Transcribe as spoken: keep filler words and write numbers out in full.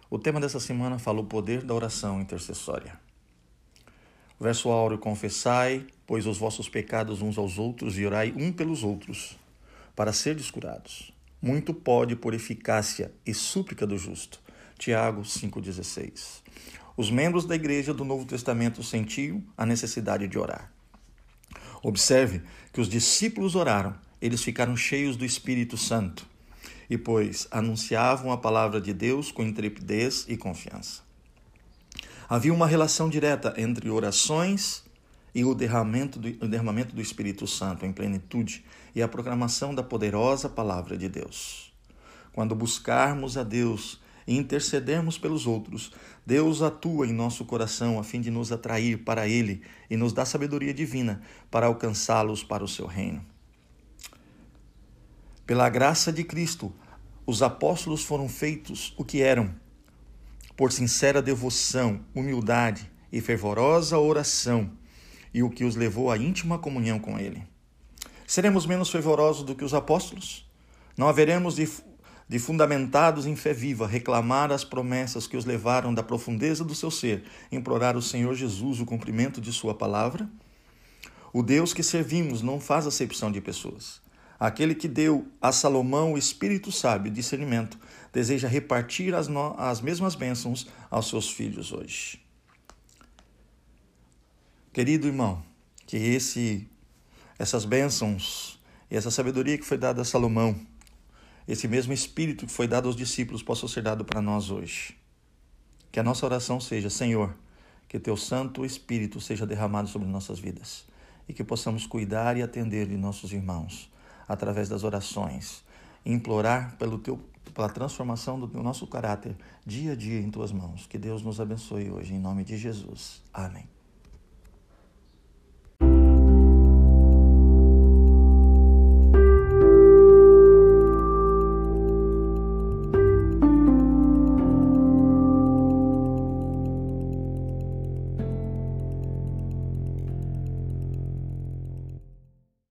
O tema dessa semana fala o poder da oração intercessória. O verso áureo: confessai, pois, os vossos pecados uns aos outros e orai um pelos outros, para serdes curados. Muito pode por eficácia e súplica do justo. Tiago cinco dezesseis. Os membros da igreja do Novo Testamento sentiam a necessidade de orar. Observe que os discípulos oraram, eles ficaram cheios do Espírito Santo e, pois, anunciavam a palavra de Deus com intrepidez e confiança. Havia uma relação direta entre orações e o derramamento do, o derramamento do Espírito Santo em plenitude e a proclamação da poderosa palavra de Deus. Quando buscarmos a Deus e intercedermos pelos outros, Deus atua em nosso coração a fim de nos atrair para Ele e nos dar sabedoria divina para alcançá-los para o seu reino. Pela graça de Cristo, os apóstolos foram feitos o que eram, por sincera devoção, humildade e fervorosa oração, e o que os levou à íntima comunhão com Ele. Seremos menos fervorosos do que os apóstolos? Não haveremos de, de fundamentados em fé viva, reclamar as promessas que os levaram da profundeza do seu ser, implorar ao Senhor Jesus o cumprimento de sua palavra? O Deus que servimos não faz acepção de pessoas. Aquele que deu a Salomão o espírito sábio e discernimento, deseja repartir as, no... as mesmas bênçãos aos seus filhos hoje. Querido irmão, que esse, essas bênçãos e essa sabedoria que foi dada a Salomão, esse mesmo espírito que foi dado aos discípulos, possa ser dado para nós hoje. Que a nossa oração seja: Senhor, que teu Santo Espírito seja derramado sobre nossas vidas e que possamos cuidar e atender de nossos irmãos através das orações, e implorar pelo teu, pela transformação do nosso caráter dia a dia em tuas mãos. Que Deus nos abençoe hoje, em nome de Jesus. Amém.